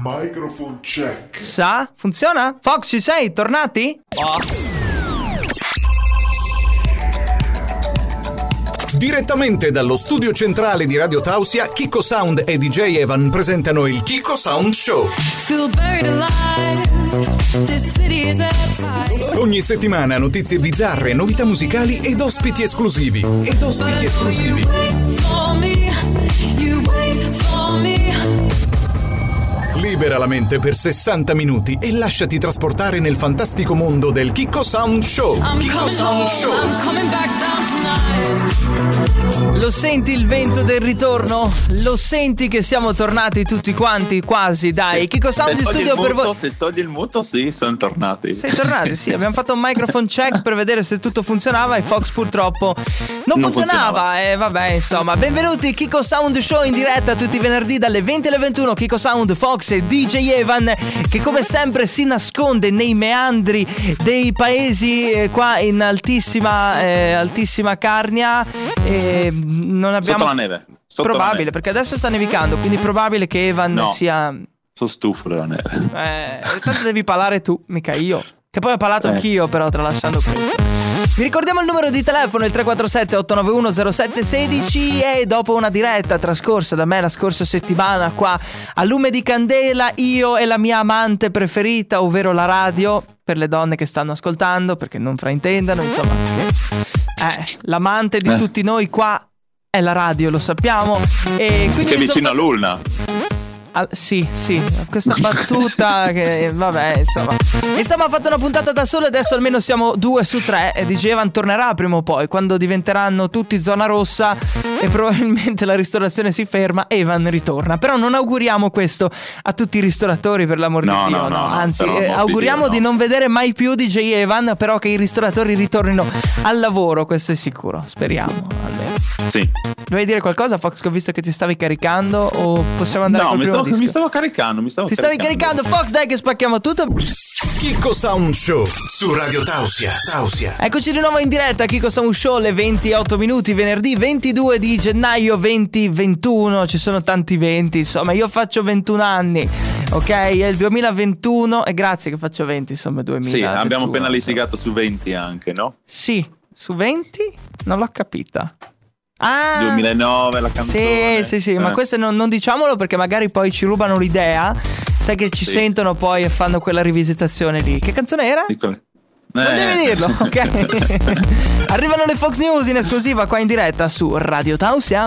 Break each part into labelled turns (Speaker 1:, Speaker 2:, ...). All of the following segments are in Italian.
Speaker 1: Microphone check.
Speaker 2: Sa? Funziona? Fox, ci sei? Tornati?
Speaker 3: Direttamente dallo studio centrale di Radio Tausia, Chicco Sound e DJ Evan presentano il Chicco Sound Show. Ogni settimana notizie bizzarre, novità musicali ed ospiti esclusivi. Libera la mente per 60 minuti e lasciati trasportare nel fantastico mondo del Chicco Sound Show. Chicco Sound Show.
Speaker 2: Lo senti il vento del ritorno? Lo senti che siamo tornati tutti quanti? Quasi, dai. Chicco Sound in studio per voi.
Speaker 4: Se togli il muto, sì, sono tornati.
Speaker 2: Sei tornati, sì. Abbiamo fatto un microphone check per vedere se tutto funzionava e Fox purtroppo non funzionava. E vabbè, insomma. Benvenuti Chicco Sound Show in diretta tutti i venerdì dalle 20 alle 21. Chicco Sound, Fox e DJ Evan, che come sempre si nasconde nei meandri dei paesi qua in altissima Carnia. Non abbiamo...
Speaker 4: Sotto la neve.
Speaker 2: Probabile, perché adesso sta nevicando, quindi è probabile che Evan sia...
Speaker 4: Sono stufo della neve.
Speaker 2: Tanto devi parlare tu, mica io. Che poi ho parlato anch'io, però tralasciando questo. Vi ricordiamo il numero di telefono, il 347-891-0716. E dopo una diretta trascorsa da me la scorsa settimana qua a Lume di Candela, io e la mia amante preferita, ovvero la radio, per le donne che stanno ascoltando, perché non fraintendano, insomma, l'amante di tutti noi qua è la radio, lo sappiamo. E quindi
Speaker 4: che è vicino a Lulna.
Speaker 2: Sì, questa battuta che vabbè, insomma ha fatto una puntata da solo, adesso almeno siamo 2 su 3 e DJ Evan tornerà prima o poi, quando diventeranno tutti zona rossa e probabilmente la ristorazione si ferma, Evan ritorna. Però non auguriamo questo a tutti i ristoratori, per l'amor di Dio, no. Anzi, auguriamo di non vedere mai più DJ Evan, però che i ristoratori ritornino al lavoro, questo è sicuro, speriamo almeno.
Speaker 4: Sì.
Speaker 2: Dovevi dire qualcosa, Fox, che ho visto che ti stavi caricando, o possiamo andare col primo disco?
Speaker 4: Mi stavo caricando.
Speaker 2: Ti stavi caricando, Fox, dai che spacchiamo tutto.
Speaker 3: Chicco Sound Show su Radio Tausia.
Speaker 2: Eccoci di nuovo in diretta, Chicco Sound Show, le 28 minuti, venerdì 22 di gennaio 2021. Ci sono tanti 20, insomma, io faccio 21 anni, ok? È il 2021 e grazie che faccio 20, insomma, 2000.
Speaker 4: Sì, abbiamo appena litigato su 20 anche, no?
Speaker 2: Sì, su 20? Non l'ho capita.
Speaker 4: 2009 la canzone.
Speaker 2: Sì, ma questo non diciamolo perché magari poi ci rubano l'idea. Sai che ci sentono poi e fanno quella rivisitazione lì. Che canzone era? Non devi dirlo, ok? Arrivano le Fox News in esclusiva qua in diretta su Radio Tausia.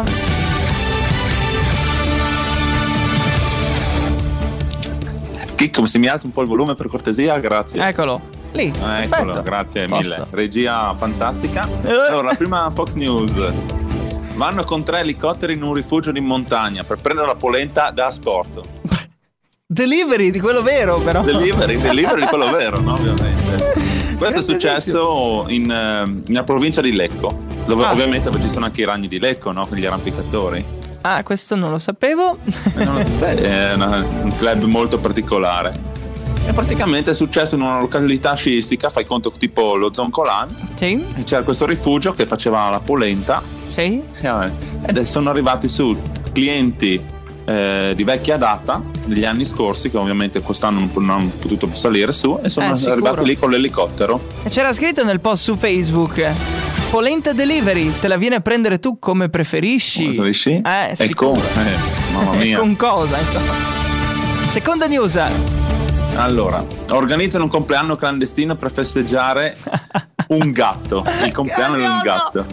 Speaker 4: Chicco, se mi alzi un po' il volume per cortesia, grazie.
Speaker 2: Eccolo, lì.
Speaker 4: Eccolo, grazie mille. Regia fantastica. Allora, la prima Fox News. Vanno con 3 elicotteri in un rifugio in montagna per prendere la polenta da asporto.
Speaker 2: Delivery di quello vero, però.
Speaker 4: Delivery di quello vero, no? Ovviamente. Questo è successo nella provincia di Lecco, dove ovviamente ci sono anche i ragni di Lecco, no? Con gli arrampicatori.
Speaker 2: Questo non lo sapevo.
Speaker 4: Non lo sapevo. È un club molto particolare. E praticamente è successo in una località sciistica, fai conto tipo lo Zoncolan.
Speaker 2: Sì.
Speaker 4: E c'era questo rifugio che faceva la polenta.
Speaker 2: Sì.
Speaker 4: Ed sono arrivati su clienti di vecchia data degli anni scorsi, che ovviamente quest'anno non hanno potuto salire su, e sono arrivati lì con l'elicottero. E c'era
Speaker 2: scritto nel post su Facebook: polenta delivery, te la vieni a prendere tu come preferisci.
Speaker 4: E con mamma mia.
Speaker 2: E con cosa, insomma. Seconda news.
Speaker 4: Allora, organizzano un compleanno clandestino per festeggiare un gatto. Il compleanno di un gatto.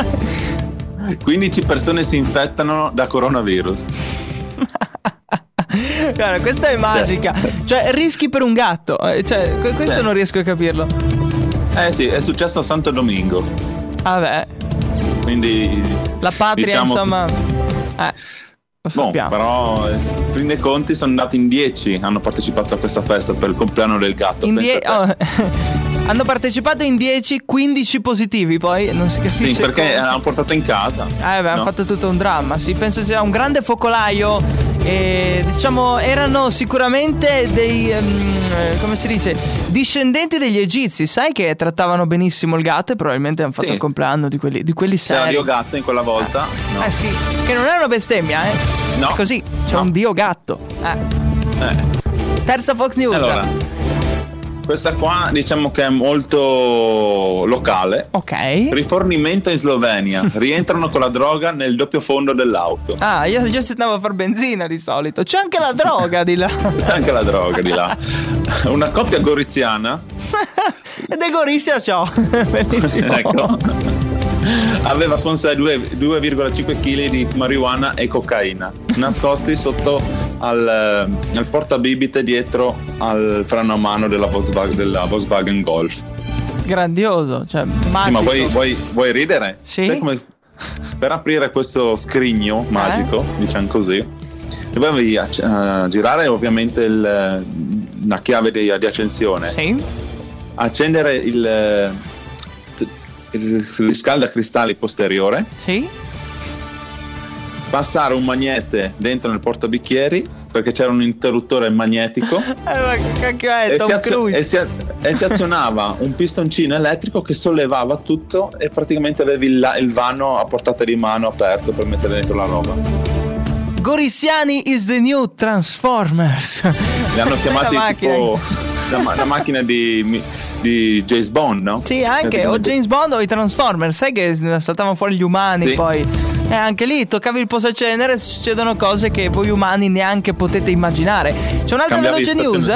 Speaker 4: 15 persone si infettano da coronavirus.
Speaker 2: Guarda, questa è magica. Cioè, rischi per un gatto. Questo non riesco a capirlo.
Speaker 4: Sì, è successo a Santo Domingo.
Speaker 2: Vabbè.
Speaker 4: Quindi
Speaker 2: la patria, diciamo, insomma. Lo sappiamo.
Speaker 4: Però in fin dei conti sono andati in 10. Hanno partecipato a questa festa per il compleanno del gatto.
Speaker 2: Hanno partecipato in 10, 15 positivi, poi non si capisce.
Speaker 4: Sì, perché l'hanno portato in casa.
Speaker 2: Hanno fatto tutto un dramma. Sì, penso sia un grande focolaio. E diciamo erano sicuramente dei come si dice, discendenti degli egizi. Sai che trattavano benissimo il gatto e probabilmente hanno fatto il compleanno di quelli seri.
Speaker 4: C'era Dio Gatto in quella volta.
Speaker 2: Sì, che non è una bestemmia,
Speaker 4: No.
Speaker 2: È così, c'è un Dio Gatto. Terza Fox News.
Speaker 4: Allora, questa qua diciamo che è molto locale.
Speaker 2: Ok.
Speaker 4: Rifornimento in Slovenia. Rientrano con la droga nel doppio fondo dell'auto.
Speaker 2: Ah, io già andavo a far benzina di solito. C'è anche la droga di là.
Speaker 4: C'è anche la droga di là. Una coppia goriziana.
Speaker 2: E De Gorizia ciao. Bellissimo.
Speaker 4: Ecco. Aveva con sé 2,5 kg di marijuana e cocaina nascosti sotto al portabibite dietro al freno a mano della Volkswagen Golf.
Speaker 2: Grandioso, cioè magico.
Speaker 4: Sì, ma vuoi ridere?
Speaker 2: Sì.
Speaker 4: Sai come per aprire questo scrigno magico, diciamo così, dovevi girare ovviamente la chiave di accensione.
Speaker 2: Sì.
Speaker 4: Accendere il riscaldacristalli posteriore.
Speaker 2: Sì.
Speaker 4: Passare un magnete dentro nel portabicchieri perché c'era un interruttore magnetico.
Speaker 2: Ma che cacchio è Tom Cruise?
Speaker 4: E si azionava un pistoncino elettrico che sollevava tutto e praticamente avevi il vano a portata di mano aperto per mettere dentro la roba.
Speaker 2: Goriziani is the new Transformers.
Speaker 4: Li hanno chiamati tipo la macchina di James Bond, no?
Speaker 2: Sì, anche o James Bond o i Transformers. Sai che saltavano fuori gli umani, sì. Poi anche lì toccavi il posacenere, succedono cose che voi umani neanche potete immaginare. C'è un'altra veloce news?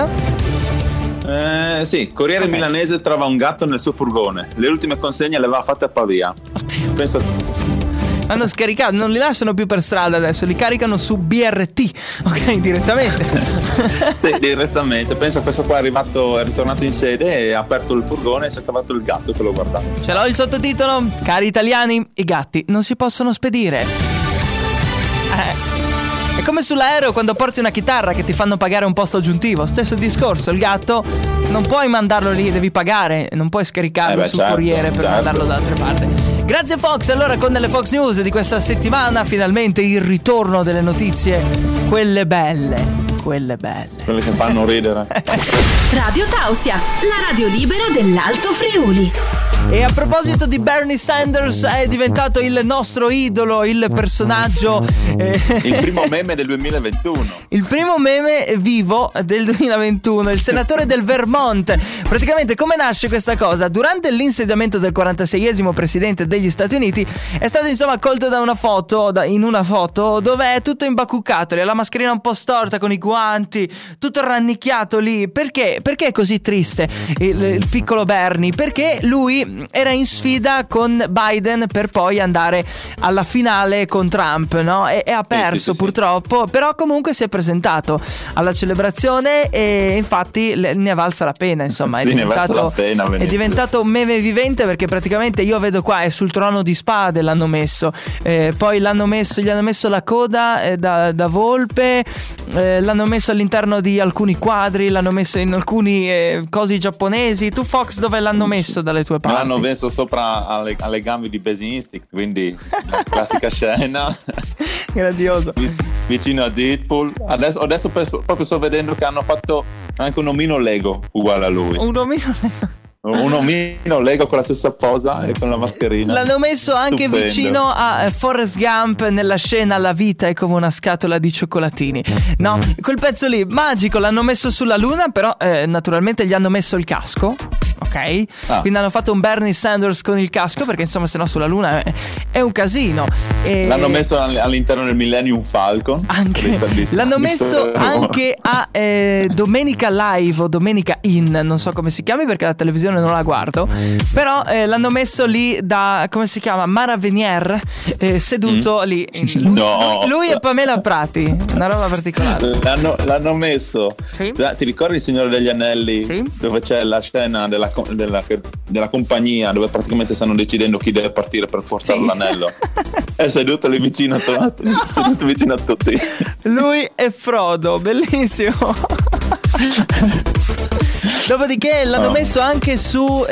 Speaker 4: Sì, Corriere Milanese trova un gatto nel suo furgone. Le ultime consegne le aveva fatte a Pavia.
Speaker 2: Oddio.
Speaker 4: Pensa.
Speaker 2: Hanno scaricato, non li lasciano più per strada adesso, li caricano su BRT, ok, direttamente.
Speaker 4: Sì, direttamente. Pensa, questo qua è ritornato in sede e ha aperto il furgone e si è trovato il gatto che lo guardava. Ce
Speaker 2: l'ho il sottotitolo: cari italiani, i gatti non si possono spedire. È come sull'aereo quando porti una chitarra che ti fanno pagare un posto aggiuntivo. Stesso discorso, il gatto non puoi mandarlo lì, devi pagare, non puoi scaricarlo sul corriere per mandarlo da altre parti. Grazie Fox, allora con le Fox News di questa settimana finalmente il ritorno delle notizie, quelle belle. Quelle che
Speaker 4: fanno ridere.
Speaker 1: Radio Tausia, la radio libera dell'Alto Friuli.
Speaker 2: E a proposito di Bernie Sanders, è diventato il nostro idolo, il personaggio
Speaker 4: il primo meme del 2021.
Speaker 2: Il primo meme vivo del 2021, il senatore del Vermont. Praticamente come nasce questa cosa? Durante l'insediamento del 46esimo presidente degli Stati Uniti è stato insomma accolto da una foto, in una foto dove è tutto imbacuccato, la mascherina un po' storta con i guanti, tutto rannicchiato lì. Perché? Perché è così triste il piccolo Bernie? Perché lui era in sfida con Biden per poi andare alla finale con Trump, no? E ha perso purtroppo, però comunque si è presentato alla celebrazione e infatti ne è valsa la pena, insomma. È diventato un meme vivente perché praticamente io vedo qua è sul trono di spade l'hanno messo, poi gli hanno messo la coda da volpe, l'hanno messo all'interno di alcuni quadri, l'hanno messo in alcuni cosi giapponesi. Tu Fox dove l'hanno messo dalle tue parti?
Speaker 4: L'hanno messo sopra alle gambe di Basic Instinct, quindi la classica scena.
Speaker 2: Grandioso.
Speaker 4: Vicino a Deadpool. Adesso proprio sto vedendo che hanno fatto anche un omino Lego uguale a lui.
Speaker 2: Un omino Lego?
Speaker 4: Un omino Lego con la stessa posa e con la mascherina.
Speaker 2: L'hanno messo anche stupendo. Vicino a Forrest Gump nella scena La vita è come una scatola di cioccolatini. No, quel pezzo lì magico. L'hanno messo sulla luna, però naturalmente gli hanno messo il casco. Ok? Quindi hanno fatto un Bernie Sanders con il casco, perché insomma se no sulla luna è un casino.
Speaker 4: L'hanno messo all'interno del Millennium Falcon.
Speaker 2: Anche l'hanno messo anche a Domenica Live o Domenica In, non so come si chiami perché la televisione non la guardo, però l'hanno messo lì da, come si chiama, Mara Venier, seduto lì. Lui e Pamela Prati, una roba particolare.
Speaker 4: L'hanno messo. Sì? Ti ricordi Il Signore degli Anelli? Sì? Dove c'è la scena della compagnia dove praticamente stanno decidendo chi deve partire per portare l'anello. È seduto lì vicino a tutti. Lui
Speaker 2: e Frodo, bellissimo. Dopodiché l'hanno messo anche sui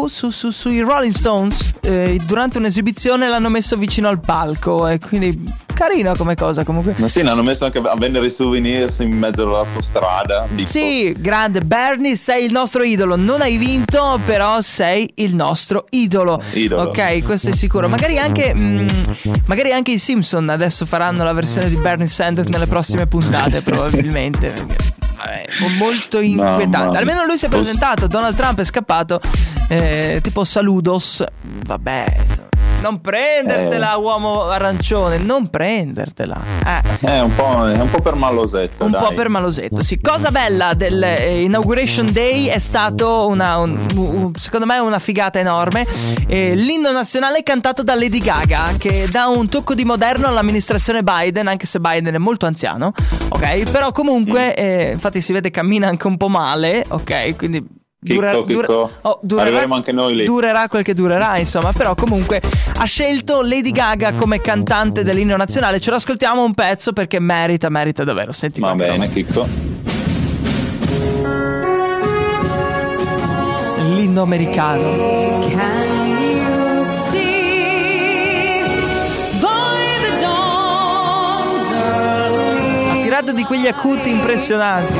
Speaker 2: Rolling Stones, durante un'esibizione l'hanno messo vicino al palco e quindi Carino come cosa comunque.
Speaker 4: Ma sì, l'hanno messo anche a vendere i souvenirs in mezzo all'autostrada.
Speaker 2: Sì, grande Bernie, sei il nostro idolo. Non hai vinto, però sei il nostro idolo. Ok, questo è sicuro. Magari anche i Simpson adesso faranno la versione di Bernie Sanders nelle prossime puntate, probabilmente. Molto inquietante. Almeno lui si è presentato. Donald Trump è scappato. Tipo saludos. Vabbè, non prendertela, uomo arancione, non prendertela.
Speaker 4: È un po' per malosetto.
Speaker 2: Un po' per malosetto, sì. Cosa bella dell'Inauguration Day è stato secondo me una figata enorme. L'inno nazionale cantato da Lady Gaga, che dà un tocco di moderno all'amministrazione Biden, anche se Biden è molto anziano, ok? Però comunque, infatti si vede cammina anche un po' male, ok? Quindi
Speaker 4: arriveremo anche noi lì.
Speaker 2: Durerà quel che durerà, insomma. Però comunque ha scelto Lady Gaga come cantante dell'inno nazionale. Ce lo ascoltiamo un pezzo perché merita davvero. Senti.
Speaker 4: Va bene, Chicco.
Speaker 2: L'inno americano. Ha tirato di quegli acuti impressionanti.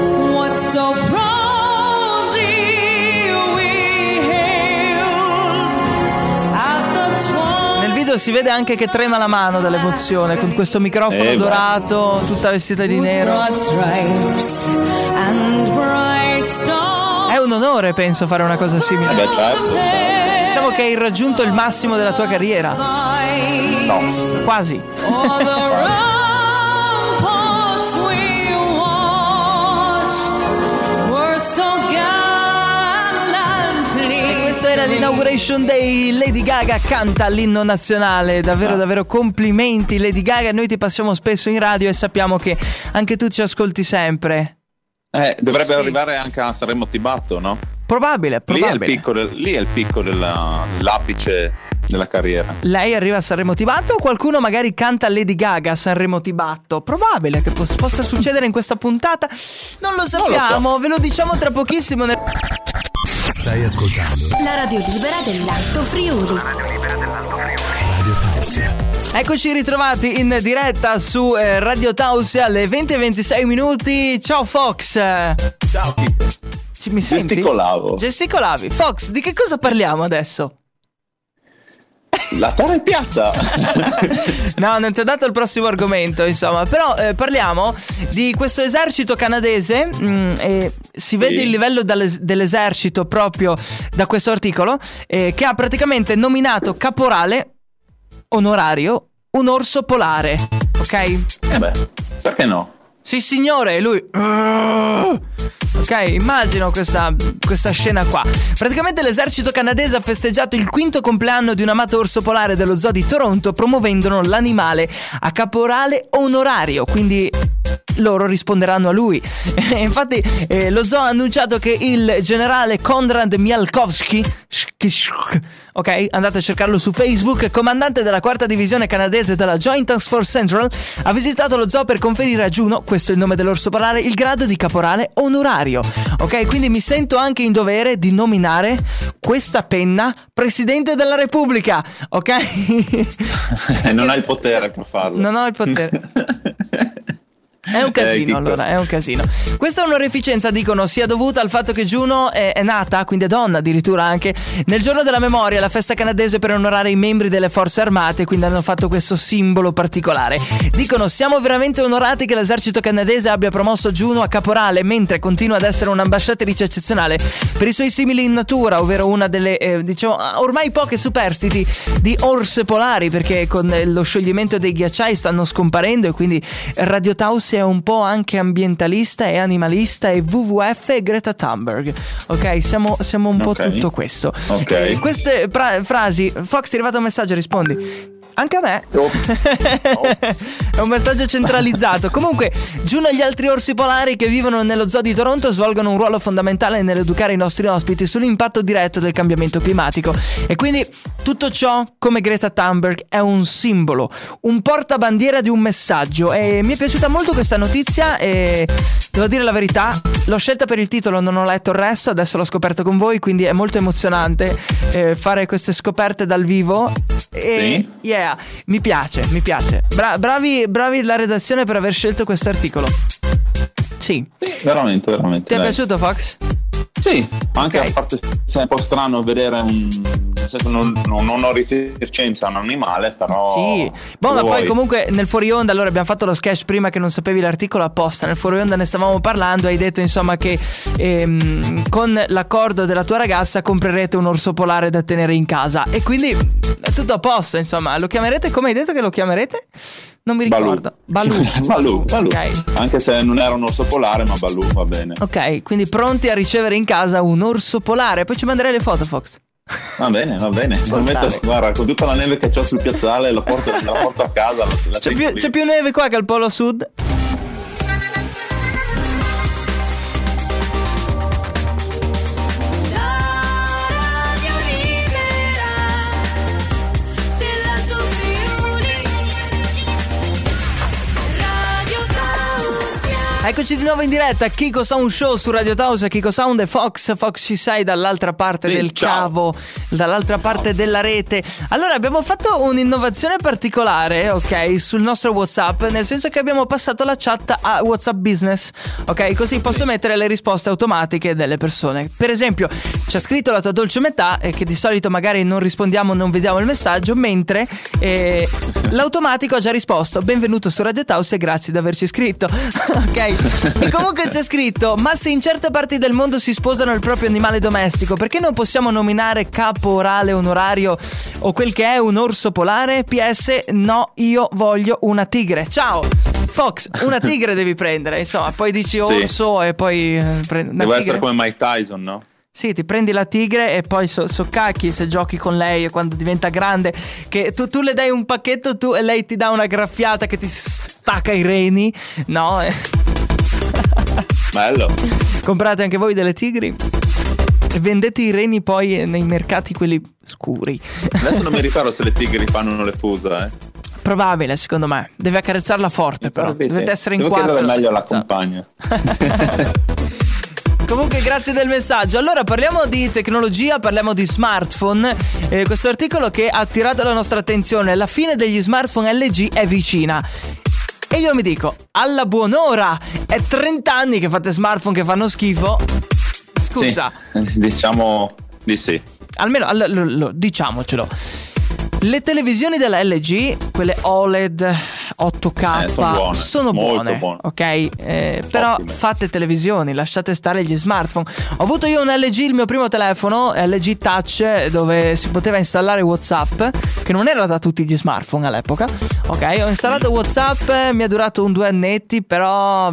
Speaker 2: Nel video si vede anche che trema la mano dall'emozione, con questo microfono dorato, tutta vestita di nero. È un onore, penso, fare una cosa simile.
Speaker 4: Certo.
Speaker 2: Diciamo che hai raggiunto il massimo della tua carriera.
Speaker 4: No.
Speaker 2: Quasi. Era l'Inauguration Day, Lady Gaga canta l'inno nazionale, davvero complimenti Lady Gaga, noi ti passiamo spesso in radio e sappiamo che anche tu ci ascolti sempre.
Speaker 4: Dovrebbe arrivare anche a Sanremo Tibatto, no?
Speaker 2: Probabile.
Speaker 4: Lì è il picco dell'apice della carriera.
Speaker 2: Lei arriva a Sanremo Tibatto o qualcuno magari canta Lady Gaga a Sanremo Tibatto? Probabile che possa succedere in questa puntata, non lo sappiamo,
Speaker 4: non lo so.
Speaker 2: Ve lo diciamo tra pochissimo.
Speaker 3: Stai ascoltando
Speaker 1: La radio libera dell'Alto Friuli.
Speaker 3: Radio Tausia.
Speaker 2: Eccoci ritrovati in diretta su Radio Tausia alle 20:26. Ciao Fox.
Speaker 4: Ciao Chicco.
Speaker 2: Mi senti?
Speaker 4: Gesticolavi.
Speaker 2: Fox, di che cosa parliamo adesso?
Speaker 4: La terra è piatta.
Speaker 2: No, non ti ho dato il prossimo argomento, insomma. Però parliamo di questo esercito canadese. E si vede il livello dell'esercito proprio da questo articolo, che ha praticamente nominato caporale onorario un orso polare. Ok?
Speaker 4: Perché no?
Speaker 2: Sì signore, lui. Ok, immagino questa scena qua. Praticamente l'esercito canadese ha festeggiato il 5° compleanno di un amato orso polare dello zoo di Toronto, promuovendo l'animale a caporale onorario, quindi loro risponderanno a lui. Infatti lo zoo ha annunciato che il generale Konrad Mialkowski, ok, andate a cercarlo su Facebook, comandante della 4ª divisione canadese della Joint Task Force Central, ha visitato lo zoo per conferire a Juno, questo è il nome dell'orso polare, il grado di caporale onorario. Ok, quindi mi sento anche in dovere di nominare questa penna Presidente della Repubblica. Ok?
Speaker 4: Non hai il potere per farlo.
Speaker 2: Non ho il potere. È un casino, allora, è un casino. Questa onorificenza, dicono, sia dovuta al fatto che Juno è nata, quindi è donna addirittura anche, nel giorno della memoria, la festa canadese per onorare i membri delle forze armate, quindi hanno fatto questo simbolo particolare. Dicono, siamo veramente onorati che l'esercito canadese abbia promosso Juno a caporale, mentre continua ad essere un'ambasciatrice eccezionale per i suoi simili in natura, ovvero una delle, diciamo, ormai poche superstiti di orse polari, perché con lo scioglimento dei ghiacciai stanno scomparendo, e quindi Radio Tausia è un po' anche ambientalista e animalista e WWF e Greta Thunberg. Ok, siamo un po' tutto questo.
Speaker 4: Ok.
Speaker 2: Queste frasi. Fox, ti è arrivato un messaggio, rispondi. Anche a me. È un messaggio centralizzato. Comunque, Juno e gli altri orsi polari che vivono nello zoo di Toronto svolgono un ruolo fondamentale nell'educare i nostri ospiti sull'impatto diretto del cambiamento climatico. E quindi tutto ciò, come Greta Thunberg, è un simbolo, un portabandiera di un messaggio. E mi è piaciuta molto questa notizia e devo dire la verità, L'ho scelta per il titolo, non ho letto il resto, adesso l'ho scoperto con voi, quindi è molto emozionante fare queste scoperte dal vivo. E
Speaker 4: sì?
Speaker 2: Yeah, mi piace. Bravi la redazione per aver scelto questo articolo. Sì.
Speaker 4: Veramente.
Speaker 2: Ti è piaciuto, Fox?
Speaker 4: Sì, anche a parte se è un po' strano vedere nel senso non ho riferenza a un animale, però
Speaker 2: sì, ma poi comunque nel fuori onda, allora abbiamo fatto lo sketch prima che non sapevi l'articolo apposta, nel fuori onda ne stavamo parlando, hai detto insomma che con l'accordo della tua ragazza comprerete un orso polare da tenere in casa e quindi è tutto a posto, insomma. Lo chiamerete, come hai detto che lo chiamerete? Non mi ricordo.
Speaker 4: Balù.
Speaker 2: Okay.
Speaker 4: Anche se non era un orso polare, ma Balù va bene.
Speaker 2: Ok, quindi pronti a ricevere in casa un orso polare. Poi ci manderai le foto, Fox.
Speaker 4: Va bene. Guarda, con tutta la neve che c'ho sul piazzale la porto a casa.
Speaker 2: C'è più neve qua che al Polo Sud. Eccoci di nuovo in diretta, Kiko Sound Show su Radio Tausia, Kiko Sound e Fox ci sei dall'altra parte del cavo, dall'altra parte della rete. Allora abbiamo fatto un'innovazione particolare, ok, sul nostro WhatsApp, nel senso che abbiamo passato la chat a WhatsApp Business, ok, così posso mettere le risposte automatiche delle persone. Per esempio, c'è scritto la tua dolce metà, che di solito magari non rispondiamo, non vediamo il messaggio, mentre l'automatico ha già risposto: benvenuto su Radio Tausia e grazie di averci scritto. Ok. E comunque c'è scritto: ma se in certe parti del mondo si sposano il proprio animale domestico, perché non possiamo nominare capo orale onorario o quel che è un orso polare? PS, no, io voglio una tigre. Ciao Fox, una tigre devi prendere, insomma, poi dici orso e poi
Speaker 4: deve essere come Mike Tyson, no?
Speaker 2: Sì, ti prendi la tigre e poi soccacchi se giochi con lei, e quando diventa grande che tu le dai un pacchetto e lei ti dà una graffiata che ti stacca i reni, no?
Speaker 4: Bello.
Speaker 2: Comprate anche voi delle tigri e vendete i reni poi nei mercati quelli scuri.
Speaker 4: Adesso non mi ricordo se le tigri fanno le fusa,
Speaker 2: Probabile, secondo me. Devi accarezzarla forte, però dovete essere in quattro.
Speaker 4: Devo meglio alla compagna.
Speaker 2: Comunque grazie del messaggio. Allora parliamo di tecnologia, parliamo di smartphone. Questo articolo che ha attirato la nostra attenzione: la fine degli smartphone LG è vicina. E io mi dico, alla buon'ora, è 30 anni che fate smartphone che fanno schifo. Scusa.
Speaker 4: Sì, diciamo di sì.
Speaker 2: Almeno diciamocelo. Le televisioni della LG, quelle OLED 8K, sono buone, ok? Però fate televisioni, lasciate stare gli smartphone. Ho avuto io un LG, il mio primo telefono, LG Touch, dove si poteva installare WhatsApp, che non era da tutti gli smartphone all'epoca. Ok, ho installato WhatsApp, mi è durato 2 annetti, però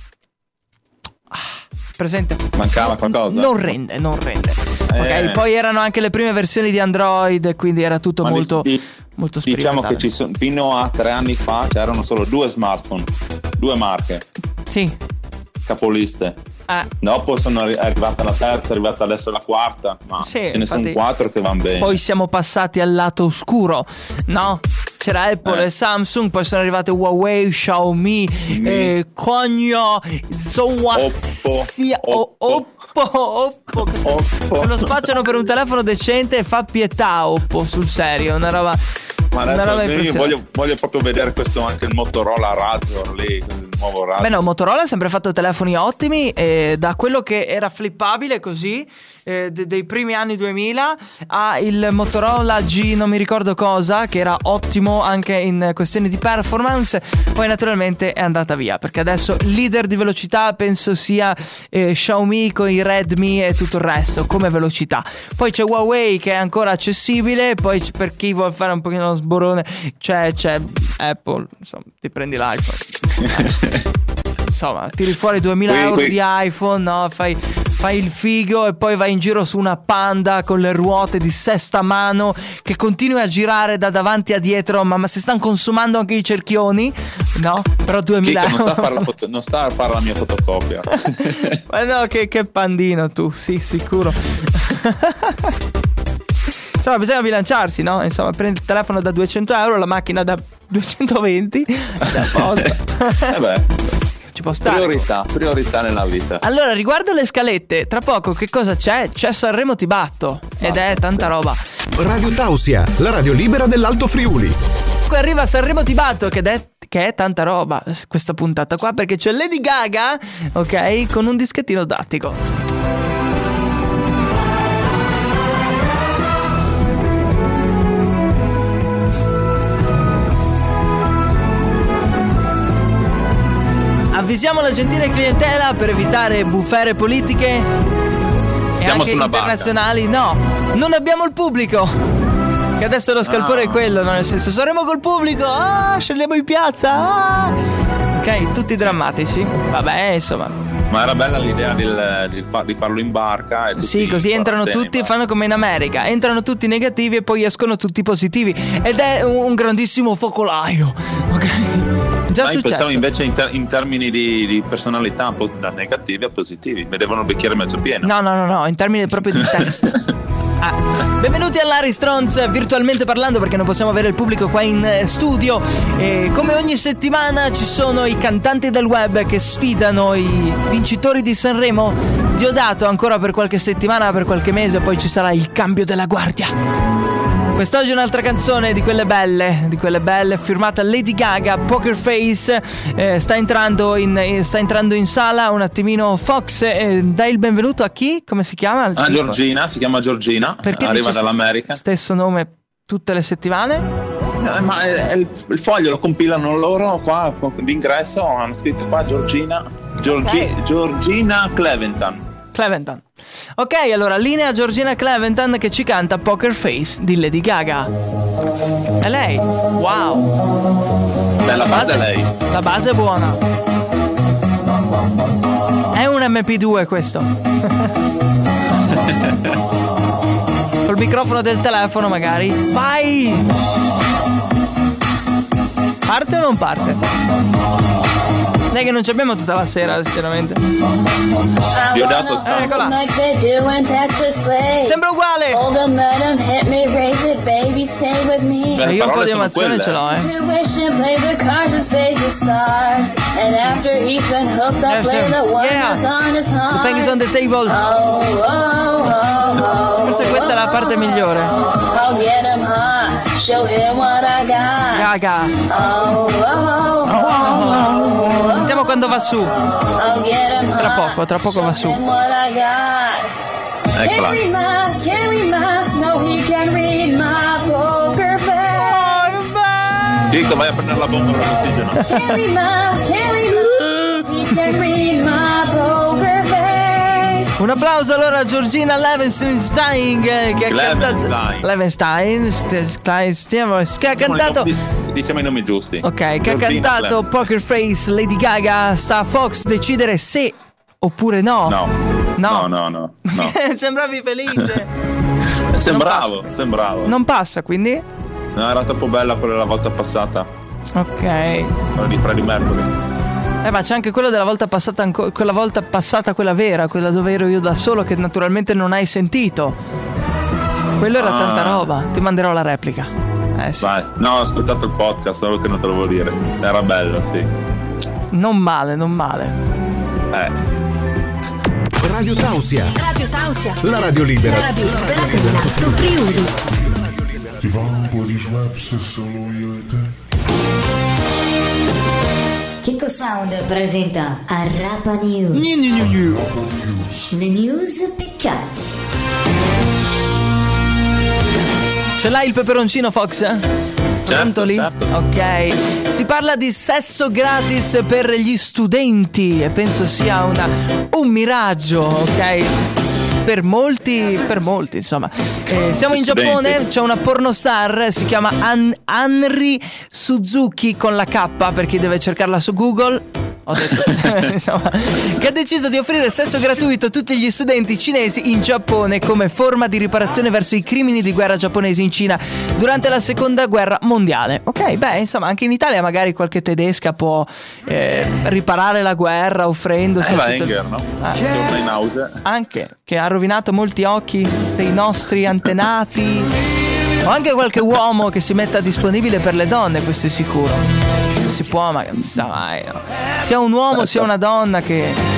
Speaker 2: presente?
Speaker 4: Mancava qualcosa?
Speaker 2: Non rende. Ok, poi erano anche le prime versioni di Android, quindi era tutto molto sperimentale.
Speaker 4: Diciamo che fino a 3 anni fa c'erano solo 2 smartphone, 2 marche.
Speaker 2: Sì.
Speaker 4: Capoliste. Dopo sono arrivata la terza, è arrivata adesso la quarta, ma ce ne sono 4 che vanno bene.
Speaker 2: Poi siamo passati al lato oscuro, no? C'era Apple e Samsung, poi sono arrivate Huawei, Xiaomi, Konyo, Oppo. Lo spacciano per un telefono decente e fa pietà Oppo, sul serio, una roba.
Speaker 4: Ma adesso io voglio proprio vedere questo, anche il Motorola Razr lì, il nuovo Razr.
Speaker 2: Beh no, Motorola ha sempre fatto telefoni ottimi, da quello che era flippabile così, dei primi anni 2000, a il Motorola G non mi ricordo cosa, che era ottimo anche in questioni di performance. Poi naturalmente è andata via, perché adesso leader di velocità penso sia Xiaomi con i Redmi e tutto il resto come velocità. Poi c'è Huawei che è ancora accessibile, poi per chi vuole fare un pochino lo sborone c'è Apple, insomma, ti prendi l'iPhone. Insomma, tiri fuori 2000 euro di iPhone, no? Fai il figo e poi vai in giro su una Panda con le ruote di sesta mano che continui a girare da davanti a dietro, ma si stanno consumando anche i cerchioni, no? Però 2000 euro
Speaker 4: non sta a fare la mia fotocopia.
Speaker 2: Ma no, che pandino tu, sì, sicuro. Insomma, bisogna bilanciarsi, no? Insomma, prendi il telefono da 200 euro, la macchina da 220, sei a posto. ci può stare.
Speaker 4: Priorità nella vita.
Speaker 2: Allora, riguardo le scalette, tra poco che cosa c'è? C'è Sanremo Ti batto ed è tanta roba.
Speaker 3: Radio Tausia, la radio libera dell'Alto Friuli.
Speaker 2: Poi arriva Sanremo Ti batto che è tanta roba questa puntata qua, perché c'è Lady Gaga, ok, con un dischettino tattico. Avvisiamo la gentile clientela per evitare bufere politiche.
Speaker 4: Stiamo
Speaker 2: e anche
Speaker 4: su una
Speaker 2: internazionali. No, non abbiamo il pubblico. Che adesso lo scalpore è quello, no? Nel senso, saremo col pubblico. Scendiamo in piazza. Ok, tutti drammatici. Vabbè, insomma.
Speaker 4: Ma era bella l'idea di farlo in barca. E
Speaker 2: sì, così entrano tutti e fanno come in America. Entrano tutti negativi e poi escono tutti positivi. Ed è un grandissimo focolaio. Ok. Già successo.
Speaker 4: Pensavo invece in termini di personalità, da negativi a positivi. Vedevano il bicchiere mezzo pieno.
Speaker 2: No, in termini proprio di test. Benvenuti all'Aristrons, virtualmente parlando, perché non possiamo avere il pubblico qua in studio. E come ogni settimana ci sono i cantanti del web che sfidano i vincitori di Sanremo. Diodato ancora per qualche settimana, per qualche mese, poi ci sarà il cambio della guardia. Quest'oggi un'altra canzone di quelle belle, firmata Lady Gaga, Poker Face. Sta entrando in sala un attimino Fox. Dai il benvenuto a chi? Come si chiama?
Speaker 4: Giorgina, si chiama Giorgina. Perché arriva dall'America.
Speaker 2: Stesso nome tutte le settimane?
Speaker 4: Ma il foglio lo compilano loro qua d'ingresso, hanno scritto qua Giorgina Cleventan.
Speaker 2: Ok, allora linea Georgina Cleventan che ci canta Poker Face di Lady Gaga. È lei. Wow.
Speaker 4: Beh, la base è lei.
Speaker 2: La base è buona. È un MP2 questo. Col microfono del telefono magari. Vai. Parte o non parte? Dai che non ci abbiamo tutta la sera, sinceramente.
Speaker 4: Diodato sta.
Speaker 2: Eccola. Sembra uguale. Io un po' di emozione ce l'ho, The pen is on the table. Forse questa è la parte migliore. Gaga. Sentiamo quando va su. Tra poco va su.
Speaker 4: Eccola. Dico, vai a prendere la bomba per l'ossigeno.
Speaker 2: Un applauso allora a Georgina Levenstein che ha cantato
Speaker 4: diciamo i nomi giusti.
Speaker 2: Ok, che ha cantato Poker Face Lady Gaga. Sta a Fox decidere se oppure no.
Speaker 4: No.
Speaker 2: Sembravi felice.
Speaker 4: Sembravo.
Speaker 2: Non passa, quindi?
Speaker 4: No, era troppo bella quella della volta passata.
Speaker 2: Ok.
Speaker 4: Quella di Freddie Mercury.
Speaker 2: Ma c'è anche quello della volta passata, quella volta passata, quella vera, quella dove ero io da solo, che naturalmente non hai sentito. Quello era tanta roba. Ti manderò la replica. Sì.
Speaker 4: Vai. No, ho ascoltato il podcast, solo che non te lo volevo dire. Era bello, sì.
Speaker 2: Non male.
Speaker 3: Radio Tausia. La radio libera.
Speaker 1: dell'Alto Friuli.
Speaker 5: Ti va un po' di rap se solo io e te.
Speaker 6: Chicco Sound presenta Arrapa News. Le news piccanti.
Speaker 2: Ce l'hai il peperoncino, Fox? Pronto lì?
Speaker 4: Certo.
Speaker 2: Ok. Si parla di sesso gratis per gli studenti e penso sia un miraggio, ok? Per molti, insomma. Siamo in Giappone, c'è una pornostar, si chiama Anri Suzuki con la K per chi deve cercarla su Google. Ho detto insomma, che ha deciso di offrire sesso gratuito a tutti gli studenti cinesi in Giappone come forma di riparazione verso i crimini di guerra giapponesi in Cina durante la seconda guerra mondiale. Ok, beh, insomma, anche in Italia magari qualche tedesca può riparare la guerra offrendosi
Speaker 4: Wenger, no? Torna in auge.
Speaker 2: Anche, che ha rovinato molti occhi dei nostri antenati. O anche qualche uomo che si metta disponibile per le donne, questo è sicuro. si può, ma non sa mai, no? Sia un uomo sia una donna che...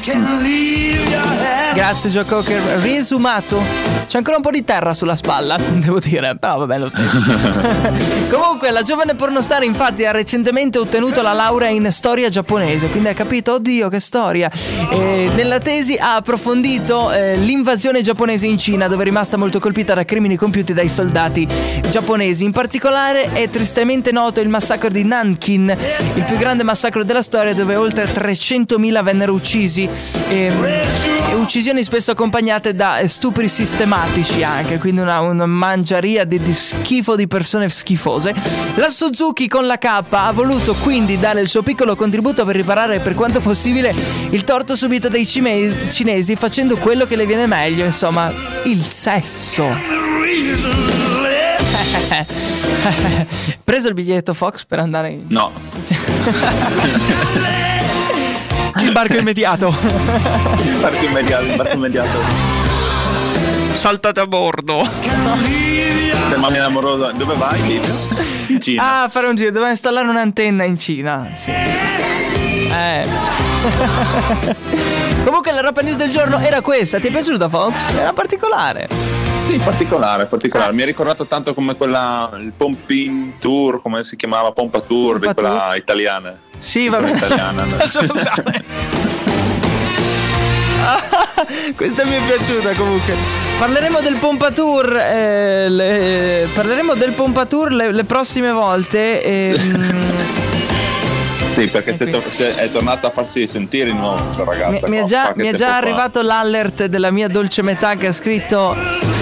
Speaker 2: Grazie Joe Cocker. Riesumato. C'è ancora un po' di terra sulla spalla, devo dire, però vabbè, lo stesso. Comunque la giovane pornostar infatti ha recentemente ottenuto la laurea in storia giapponese, quindi ha capito, oddio che storia. Nella tesi ha approfondito l'invasione giapponese in Cina, dove è rimasta molto colpita da crimini compiuti dai soldati giapponesi. In particolare è tristemente noto il massacro di Nankin, il più grande massacro della storia, dove oltre 300.000 vennero uccisi, uccisioni spesso accompagnate da stupri sistematici anche, quindi una mangiaria di schifo di persone schifose. La Suzuki con la K ha voluto quindi dare il suo piccolo contributo per riparare per quanto possibile il torto subito dai cinesi, facendo quello che le viene meglio, insomma, il sesso. Preso il biglietto, Fox, per andare in...
Speaker 4: No.
Speaker 2: Imbarco immediato.
Speaker 4: Imbarco immediato.
Speaker 2: Saltate a bordo.
Speaker 4: Mamma amorosa, dove vai, Livio? In Cina.
Speaker 2: Ah, fare un giro, doveva installare un'antenna in Cina. Sì. Comunque la roba news del giorno era questa. Ti è piaciuta, Fox? Era particolare.
Speaker 4: Sì, particolare. Mi ha ricordato tanto come quella, il Pompin Tour, come si chiamava, Pompa Tour, di quella italiana.
Speaker 2: Sì, va bene. Assolutamente. Questa mi è piaciuta comunque. Parleremo del Pompa Tour. Parleremo del Pompa Tour le prossime volte.
Speaker 4: Sì, perché è tornata a farsi sentire di nuovo questa ragazza.
Speaker 2: Mi è già arrivato l'alert della mia dolce metà che ha scritto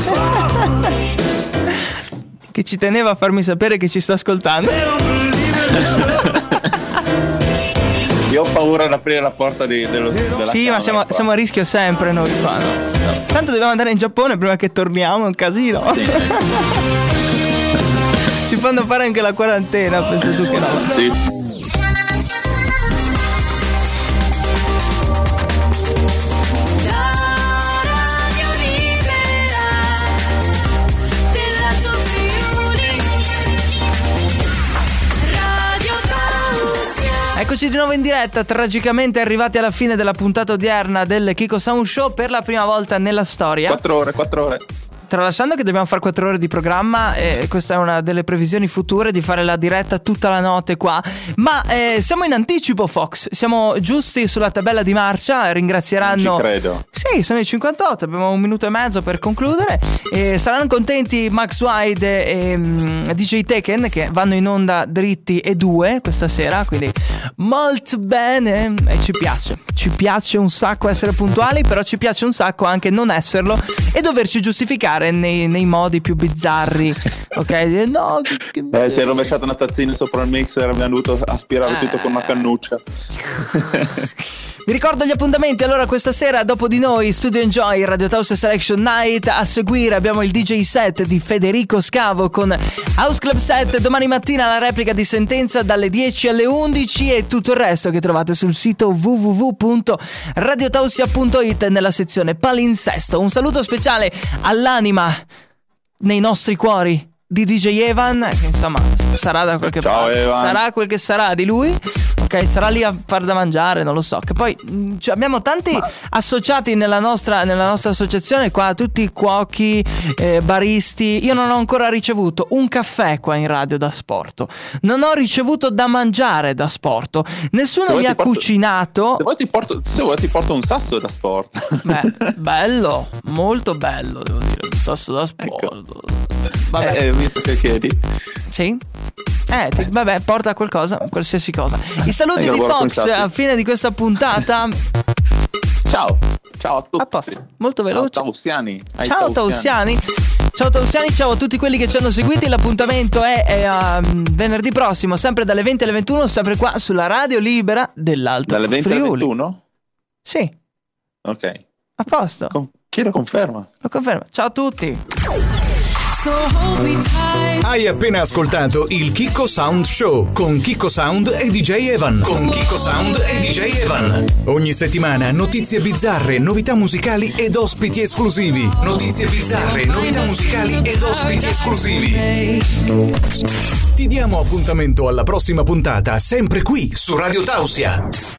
Speaker 2: che ci teneva a farmi sapere che ci sta ascoltando.
Speaker 4: Io ho paura di aprire la porta della
Speaker 2: sì, ma siamo a rischio sempre noi qua, no? Tanto dobbiamo andare in Giappone prima che torniamo, è un casino. Sì. Ci fanno fare anche la quarantena, penso tu che no?
Speaker 4: Sì.
Speaker 2: Eccoci di nuovo in diretta, tragicamente arrivati alla fine della puntata odierna del Kiko Sound Show per la prima volta nella storia.
Speaker 4: 4 ore.
Speaker 2: Tralasciando che dobbiamo fare 4 ore di programma, questa è una delle previsioni future, di fare la diretta tutta la notte qua. Ma siamo in anticipo, Fox. Siamo giusti sulla tabella di marcia. Ringrazieranno.
Speaker 4: Non ci credo.
Speaker 2: Sì, sono i 58. Abbiamo 1 minuto e mezzo per concludere. Saranno contenti Max Wide e DJ Tekken, che vanno in onda dritti e 2 questa sera. Quindi molto bene. E ci piace un sacco essere puntuali, però ci piace un sacco anche non esserlo e doverci giustificare nei modi più bizzarri. Ok? No,
Speaker 4: si è rovesciata una tazzina sopra il mixer, abbiamo dovuto aspirare tutto con una cannuccia.
Speaker 2: Vi ricordo gli appuntamenti. Allora, questa sera dopo di noi Studio Enjoy, Radio House Selection Night. A seguire abbiamo il DJ set di Federico Scavo con House Club Set. Domani mattina la replica di Sentenza dalle 10 alle 11 e tutto il resto che trovate sul sito www.radiotausia.it nella sezione palinsesto. Un saluto speciale all'anima nei nostri cuori di DJ Evan, che insomma sarà da qualche parte.
Speaker 4: Evan.
Speaker 2: Sarà quel che sarà di lui. Ok, sarà lì a far da mangiare, non lo so. Che poi abbiamo tanti associati nella nostra associazione qua, tutti cuochi, baristi. Io non ho ancora ricevuto un caffè qua in radio da Sporto. Non ho ricevuto da mangiare da Sporto. Nessuno mi ha cucinato.
Speaker 4: Se vuoi ti porto un sasso da Sport.
Speaker 2: Beh, bello, molto bello, devo dire, un sasso da Sporto. Ecco.
Speaker 4: Vabbè. Visto che chiedi.
Speaker 2: Sì? Vabbè, porta qualcosa, qualsiasi cosa. I saluti di Fox a fine di questa puntata.
Speaker 4: Ciao a tutti.
Speaker 2: A posto, molto veloce.
Speaker 4: Ciao Tausiani.
Speaker 2: Ciao Tausiani, ciao a tutti quelli che ci hanno seguiti. L'appuntamento è venerdì prossimo, sempre dalle 20 alle 21, sempre qua sulla Radio Libera dell'Alto
Speaker 4: Friuli. Dalle 20 alle 21?
Speaker 2: Sì.
Speaker 4: Ok.
Speaker 2: A posto.
Speaker 4: Chi lo conferma?
Speaker 2: Lo conferma. Ciao a tutti.
Speaker 3: Hai appena ascoltato il Chicco Sound Show con Chicco Sound e DJ Evan. Ogni settimana notizie bizzarre, novità musicali ed ospiti esclusivi. Ti diamo appuntamento alla prossima puntata, sempre qui su Radio Tausia.